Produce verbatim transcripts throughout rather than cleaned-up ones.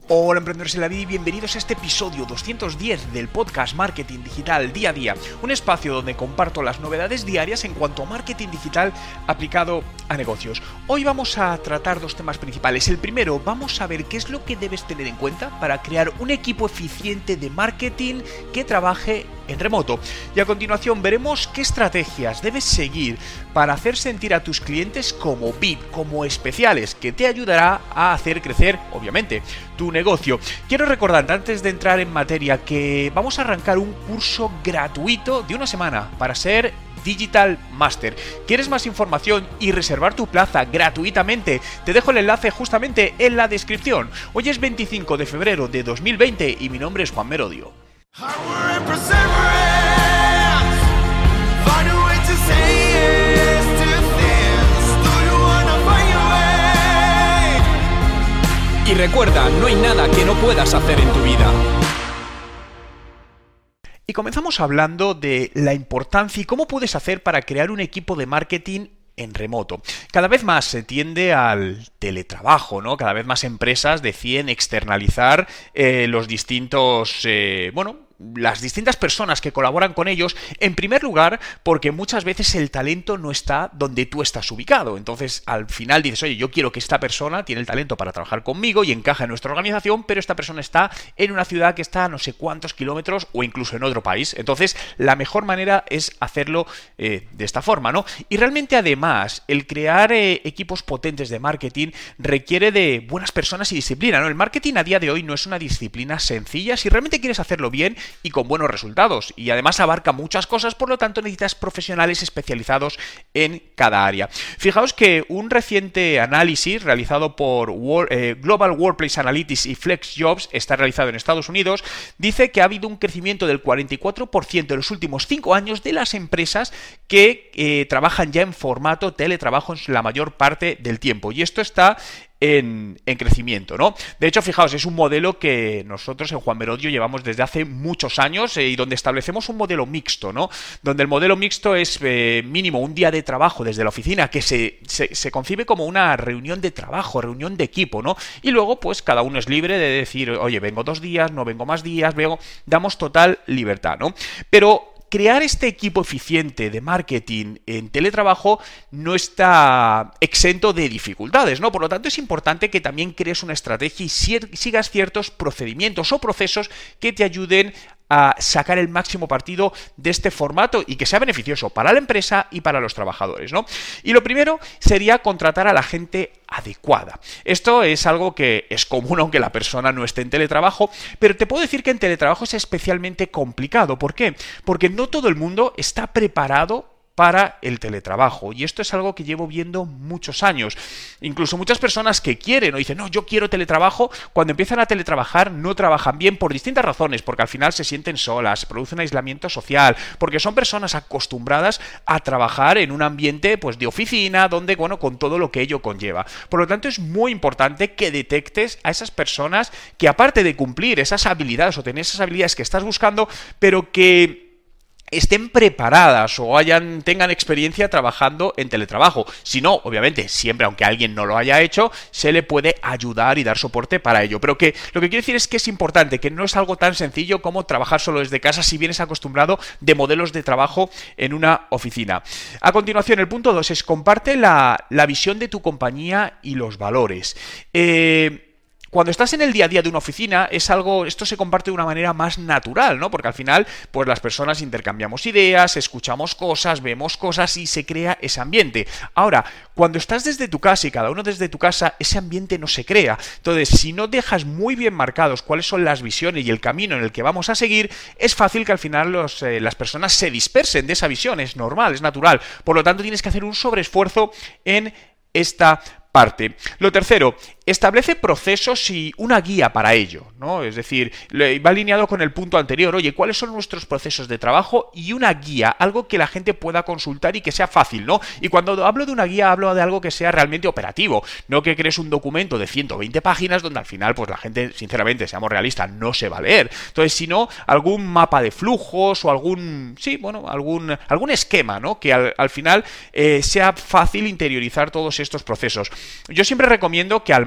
Hola emprendedores en la vida y bienvenidos a este episodio doscientos diez del podcast Marketing Digital Día a Día, un espacio donde comparto las novedades diarias en cuanto a marketing digital aplicado a negocios. Hoy vamos a tratar dos temas principales. El primero, vamos a ver qué es lo que debes tener en cuenta para crear un equipo eficiente de marketing que trabaje en remoto. Y a continuación veremos qué estrategias debes seguir para hacer sentir a tus clientes como V I P, como especiales, que te ayudará a hacer crecer, obviamente, tu negocio. Quiero recordarte antes de entrar en materia que vamos a arrancar un curso gratuito de una semana para ser Digital Master. ¿Quieres más información y reservar tu plaza gratuitamente? Te dejo el enlace justamente en la descripción. Hoy es veinticinco de febrero de dos mil veinte y mi nombre es Juan Merodio. Y recuerda, no hay nada que no puedas hacer en tu vida. Y comenzamos hablando de la importancia y cómo puedes hacer para crear un equipo de marketing en remoto. Cada vez más se tiende al teletrabajo, ¿no? Cada vez más empresas deciden externalizar eh, los distintos, eh, bueno, las distintas personas que colaboran con ellos, en primer lugar, porque muchas veces el talento no está donde tú estás ubicado. Entonces, al final dices, oye, yo quiero que esta persona tiene el talento para trabajar conmigo y encaja en nuestra organización, pero esta persona está en una ciudad que está a no sé cuántos kilómetros o incluso en otro país. Entonces, la mejor manera es hacerlo eh, de esta forma, ¿no? Y realmente, además, el crear eh, equipos potentes de marketing requiere de buenas personas y disciplina, ¿no? El marketing a día de hoy no es una disciplina sencilla. Si realmente quieres hacerlo bien y con buenos resultados, y además abarca muchas cosas, por lo tanto necesitas profesionales especializados en cada área. Fijaos que un reciente análisis realizado por World, eh, Global Workplace Analytics y FlexJobs, está realizado en Estados Unidos, dice que ha habido un crecimiento del cuarenta y cuatro por ciento en los últimos cinco años de las empresas que eh, trabajan ya en formato teletrabajo en la mayor parte del tiempo, y esto está En, en crecimiento, ¿no? De hecho, fijaos, es un modelo que nosotros en Juan Merodio llevamos desde hace muchos años eh, y donde establecemos un modelo mixto, ¿no? Donde el modelo mixto es eh, mínimo un día de trabajo desde la oficina que se, se, se concibe como una reunión de trabajo, reunión de equipo, ¿no? Y luego, pues, cada uno es libre de decir, oye, vengo dos días, no vengo más días, vengo... damos total libertad, ¿no? Pero crear este equipo eficiente de marketing en teletrabajo no está exento de dificultades, ¿no? Por lo tanto, es importante que también crees una estrategia y sigas ciertos procedimientos o procesos que te ayuden a sacar el máximo partido de este formato y que sea beneficioso para la empresa y para los trabajadores, ¿no? Y lo primero sería contratar a la gente adecuada. Esto es algo que es común aunque la persona no esté en teletrabajo, pero te puedo decir que en teletrabajo es especialmente complicado. ¿Por qué? Porque no todo el mundo está preparado para el teletrabajo, y esto es algo que llevo viendo muchos años. Incluso muchas personas que quieren o dicen, no, yo quiero teletrabajo, cuando empiezan a teletrabajar no trabajan bien por distintas razones, porque al final se sienten solas, producen aislamiento social, porque son personas acostumbradas a trabajar en un ambiente pues de oficina, donde, bueno, con todo lo que ello conlleva. Por lo tanto, es muy importante que detectes a esas personas que, aparte de cumplir esas habilidades o tener esas habilidades que estás buscando, pero que estén preparadas o hayan tengan experiencia trabajando en teletrabajo. Si no, obviamente, siempre, aunque alguien no lo haya hecho, se le puede ayudar y dar soporte para ello. Pero que lo que quiero decir es que es importante, que no es algo tan sencillo como trabajar solo desde casa si vienes acostumbrado de modelos de trabajo en una oficina. A continuación, el punto dos es comparte la, la visión de tu compañía y los valores. Eh... Cuando estás en el día a día de una oficina, es algo, esto se comparte de una manera más natural, ¿no? Porque al final, pues las personas intercambiamos ideas, escuchamos cosas, vemos cosas y se crea ese ambiente. Ahora, cuando estás desde tu casa y cada uno desde tu casa, ese ambiente no se crea. Entonces, si no dejas muy bien marcados cuáles son las visiones y el camino en el que vamos a seguir, es fácil que al final los, eh, las personas se dispersen de esa visión. Es normal, es natural. Por lo tanto, tienes que hacer un sobreesfuerzo en esta parte. Lo tercero, establece procesos y una guía para ello, ¿no? Es decir, va alineado con el punto anterior. Oye, ¿cuáles son nuestros procesos de trabajo? Y una guía, algo que la gente pueda consultar y que sea fácil, ¿no? Y cuando hablo de una guía, hablo de algo que sea realmente operativo, no que crees un documento de ciento veinte páginas donde al final, pues la gente, sinceramente, seamos realistas, no se va a leer. Entonces, sino algún mapa de flujos o algún, sí, bueno, algún, algún esquema, ¿no? Que al, al final eh, sea fácil interiorizar todos estos procesos. Yo siempre recomiendo que al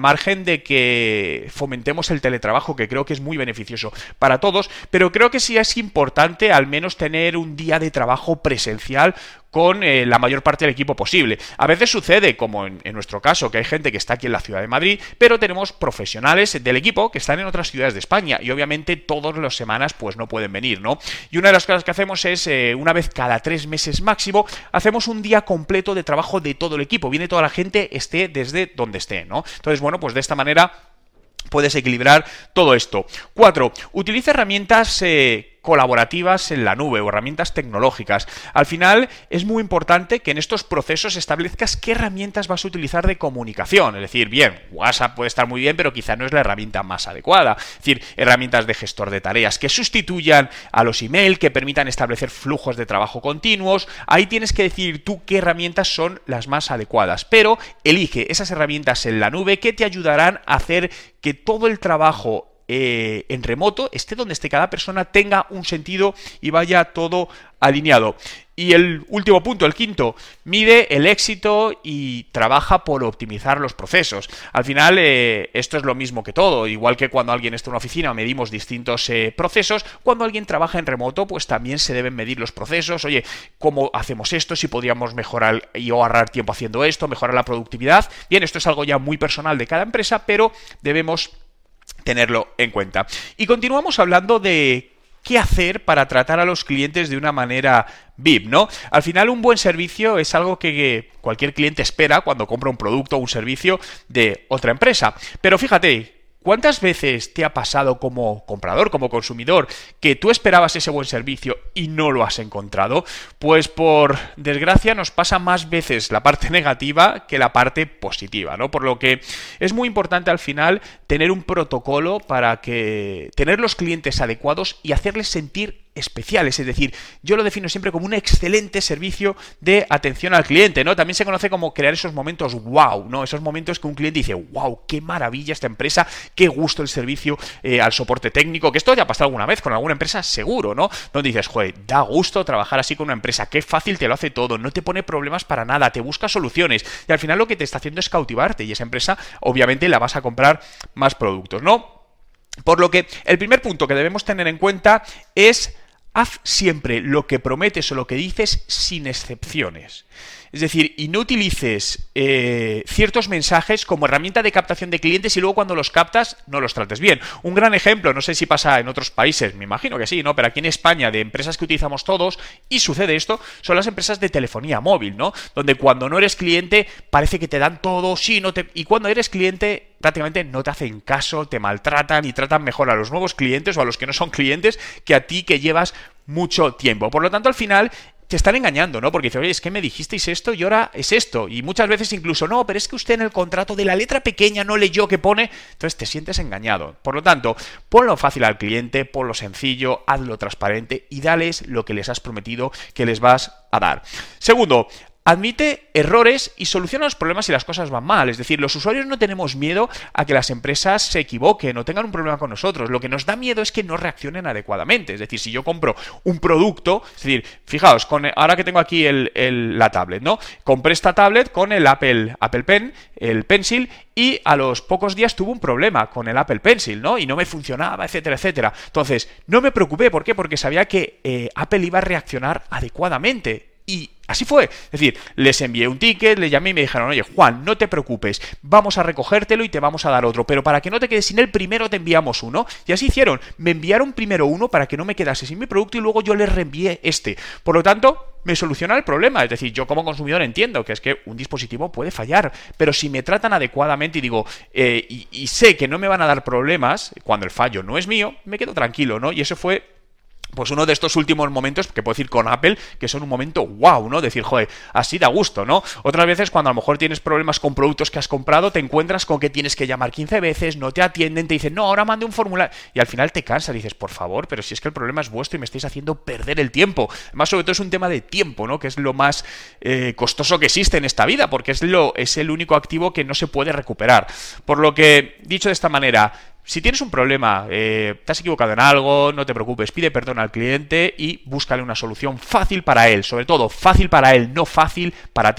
margen de que fomentemos el teletrabajo, que creo que es muy beneficioso para todos, pero creo que sí es importante al menos tener un día de trabajo presencial con eh, la mayor parte del equipo posible. A veces sucede, como en, en nuestro caso, que hay gente que está aquí en la ciudad de Madrid, pero tenemos profesionales del equipo que están en otras ciudades de España y obviamente todas las semanas pues no pueden venir, ¿no? Y una de las cosas que hacemos es, eh, una vez cada tres meses máximo, hacemos un día completo de trabajo de todo el equipo. Viene toda la gente, esté desde donde esté, ¿no? Entonces, bueno, pues de esta manera puedes equilibrar todo esto. Cuatro, utiliza herramientas eh, colaborativas en la nube o herramientas tecnológicas. Al final es muy importante que en estos procesos establezcas qué herramientas vas a utilizar de comunicación. Es decir, bien, WhatsApp puede estar muy bien, pero quizá no es la herramienta más adecuada. Es decir, herramientas de gestor de tareas que sustituyan a los email, que permitan establecer flujos de trabajo continuos. Ahí tienes que decidir tú qué herramientas son las más adecuadas, pero elige esas herramientas en la nube que te ayudarán a hacer que todo el trabajo Eh, en remoto, esté donde esté cada persona, tenga un sentido y vaya todo alineado. Y el último punto, el quinto, mide el éxito y trabaja por optimizar los procesos. Al final, eh, esto es lo mismo que todo. Igual que cuando alguien está en una oficina medimos distintos eh, procesos, cuando alguien trabaja en remoto, pues también se deben medir los procesos. Oye, ¿cómo hacemos esto? Si podríamos mejorar y ahorrar tiempo haciendo esto, mejorar la productividad. Bien, esto es algo ya muy personal de cada empresa, pero debemos tenerlo en cuenta. Y continuamos hablando de qué hacer para tratar a los clientes de una manera V I P, ¿no? Al final, un buen servicio es algo que cualquier cliente espera cuando compra un producto o un servicio de otra empresa. Pero fíjate, ¿cuántas veces te ha pasado como comprador, como consumidor, que tú esperabas ese buen servicio y no lo has encontrado? Pues por desgracia nos pasa más veces la parte negativa que la parte positiva, ¿no? Por lo que es muy importante al final tener un protocolo para que tener los clientes adecuados y hacerles sentir especiales, es decir, yo lo defino siempre como un excelente servicio de atención al cliente, ¿no? También se conoce como crear esos momentos wow, ¿no? Esos momentos que un cliente dice, wow, qué maravilla esta empresa, qué gusto el servicio eh, al soporte técnico, que esto ya ha pasado alguna vez con alguna empresa seguro, ¿no? Donde dices, joder, da gusto trabajar así con una empresa, qué fácil te lo hace todo, no te pone problemas para nada, te busca soluciones y al final lo que te está haciendo es cautivarte y esa empresa obviamente la vas a comprar más productos, ¿no? Por lo que el primer punto que debemos tener en cuenta es: haz siempre lo que prometes o lo que dices sin excepciones. Es decir, y no utilices eh, ciertos mensajes como herramienta de captación de clientes y luego cuando los captas no los trates bien. Un gran ejemplo, no sé si pasa en otros países, me imagino que sí, ¿no? Pero aquí en España, de empresas que utilizamos todos, y sucede esto, son las empresas de telefonía móvil, ¿no? Donde cuando no eres cliente parece que te dan todo, sí, no te... y cuando eres cliente prácticamente no te hacen caso, te maltratan y tratan mejor a los nuevos clientes o a los que no son clientes que a ti que llevas mucho tiempo. Por lo tanto, al final te están engañando, ¿no? Porque dices, oye, es que me dijisteis esto y ahora es esto. Y muchas veces incluso, no, pero es que usted en el contrato de la letra pequeña no leyó que pone. Entonces te sientes engañado. Por lo tanto, ponlo fácil al cliente, ponlo sencillo, hazlo transparente y dales lo que les has prometido que les vas a dar. Segundo, admite errores y soluciona los problemas si las cosas van mal. Es decir, los usuarios no tenemos miedo a que las empresas se equivoquen o tengan un problema con nosotros. Lo que nos da miedo es que no reaccionen adecuadamente. Es decir, si yo compro un producto, es decir, fijaos, con, ahora que tengo aquí el, el, la tablet, ¿no? Compré esta tablet con el Apple, Apple Pen, el Pencil, y a los pocos días tuve un problema con el Apple Pencil, ¿no? Y no me funcionaba, etcétera, etcétera. Entonces, no me preocupé. ¿Por qué? Porque sabía que eh, Apple iba a reaccionar adecuadamente. Y así fue. Es decir, les envié un ticket, les llamé y me dijeron, oye, Juan, no te preocupes, vamos a recogértelo y te vamos a dar otro, pero para que no te quedes sin el primero te enviamos uno. Y así hicieron. Me enviaron primero uno para que no me quedase sin mi producto y luego yo les reenvié este. Por lo tanto, me soluciona el problema. Es decir, yo como consumidor entiendo que es que un dispositivo puede fallar, pero si me tratan adecuadamente y digo, eh, y, y sé que no me van a dar problemas cuando el fallo no es mío, me quedo tranquilo, ¿no? Y eso fue pues uno de estos últimos momentos que puedo decir con Apple, que son un momento wow, ¿no? Decir, joder, así da gusto, ¿no? Otras veces cuando a lo mejor tienes problemas con productos que has comprado, te encuentras con que tienes que llamar quince veces, no te atienden, te dicen, no, ahora mande un formulario, y al final te cansas y dices, por favor, pero si es que el problema es vuestro y me estáis haciendo perder el tiempo. Además, sobre todo es un tema de tiempo, ¿no? Que es lo más eh, costoso que existe en esta vida, porque es, lo, es el único activo que no se puede recuperar. Por lo que, dicho de esta manera, si tienes un problema, eh, te has equivocado en algo, no te preocupes, pide perdón al cliente y búscale una solución fácil para él, sobre todo fácil para él, no fácil para ti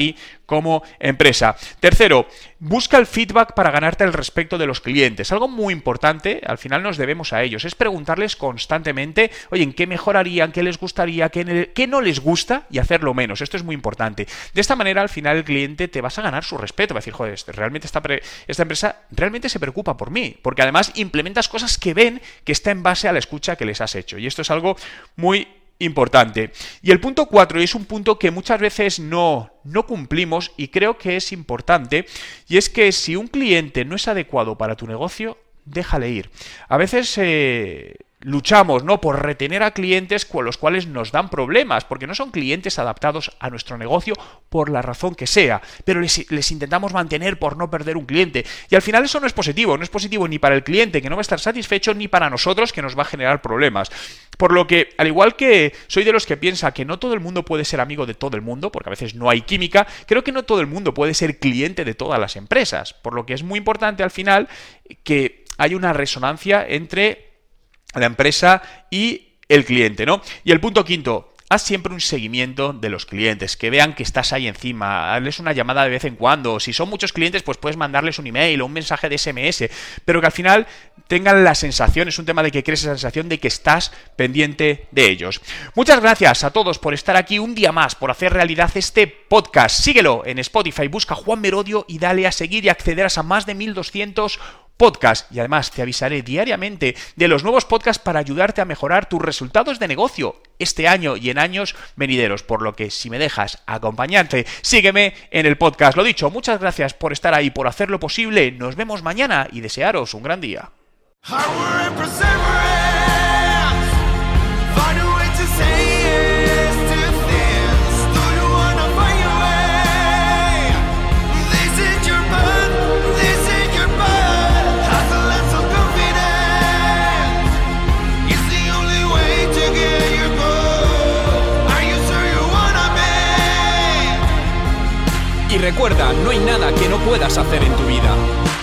como empresa. Tercero, busca el feedback para ganarte el respeto de los clientes. Algo muy importante, al final nos debemos a ellos, es preguntarles constantemente, oye, ¿en qué mejorarían? ¿Qué les gustaría? ¿Qué, qué no les gusta? Y hacerlo menos. Esto es muy importante. De esta manera, al final, el cliente te vas a ganar su respeto. Va a decir, joder, realmente esta, pre- esta empresa realmente se preocupa por mí. Porque además implementas cosas que ven que está en base a la escucha que les has hecho. Y esto es algo muy importante. Y el punto cuatro, y es un punto que muchas veces no, no cumplimos y creo que es importante, y es que si un cliente no es adecuado para tu negocio, déjale ir. A veces eh, luchamos, ¿no?, por retener a clientes con los cuales nos dan problemas, porque no son clientes adaptados a nuestro negocio por la razón que sea, pero les, les intentamos mantener por no perder un cliente. Y al final eso no es positivo, no es positivo ni para el cliente, que no va a estar satisfecho, ni para nosotros, que nos va a generar problemas. Por lo que, al igual que soy de los que piensa que no todo el mundo puede ser amigo de todo el mundo, porque a veces no hay química, creo que no todo el mundo puede ser cliente de todas las empresas, por lo que es muy importante al final que haya una resonancia entre la empresa y el cliente, ¿no? Y el punto quinto, haz siempre un seguimiento de los clientes, que vean que estás ahí encima, hazles una llamada de vez en cuando. Si son muchos clientes, pues puedes mandarles un email o un mensaje de ese eme ese, pero que al final tengan la sensación, es un tema de que crees esa sensación de que estás pendiente de ellos. Muchas gracias a todos por estar aquí un día más, por hacer realidad este podcast. Síguelo en Spotify, busca Juan Merodio y dale a seguir y accederás a más de mil doscientos podcast, y además te avisaré diariamente de los nuevos podcasts para ayudarte a mejorar tus resultados de negocio este año y en años venideros, por lo que si me dejas acompañarte, sígueme en el podcast. Lo dicho, muchas gracias por estar ahí, por hacerlo posible, nos vemos mañana y desearos un gran día. Y recuerda, no hay nada que no puedas hacer en tu vida.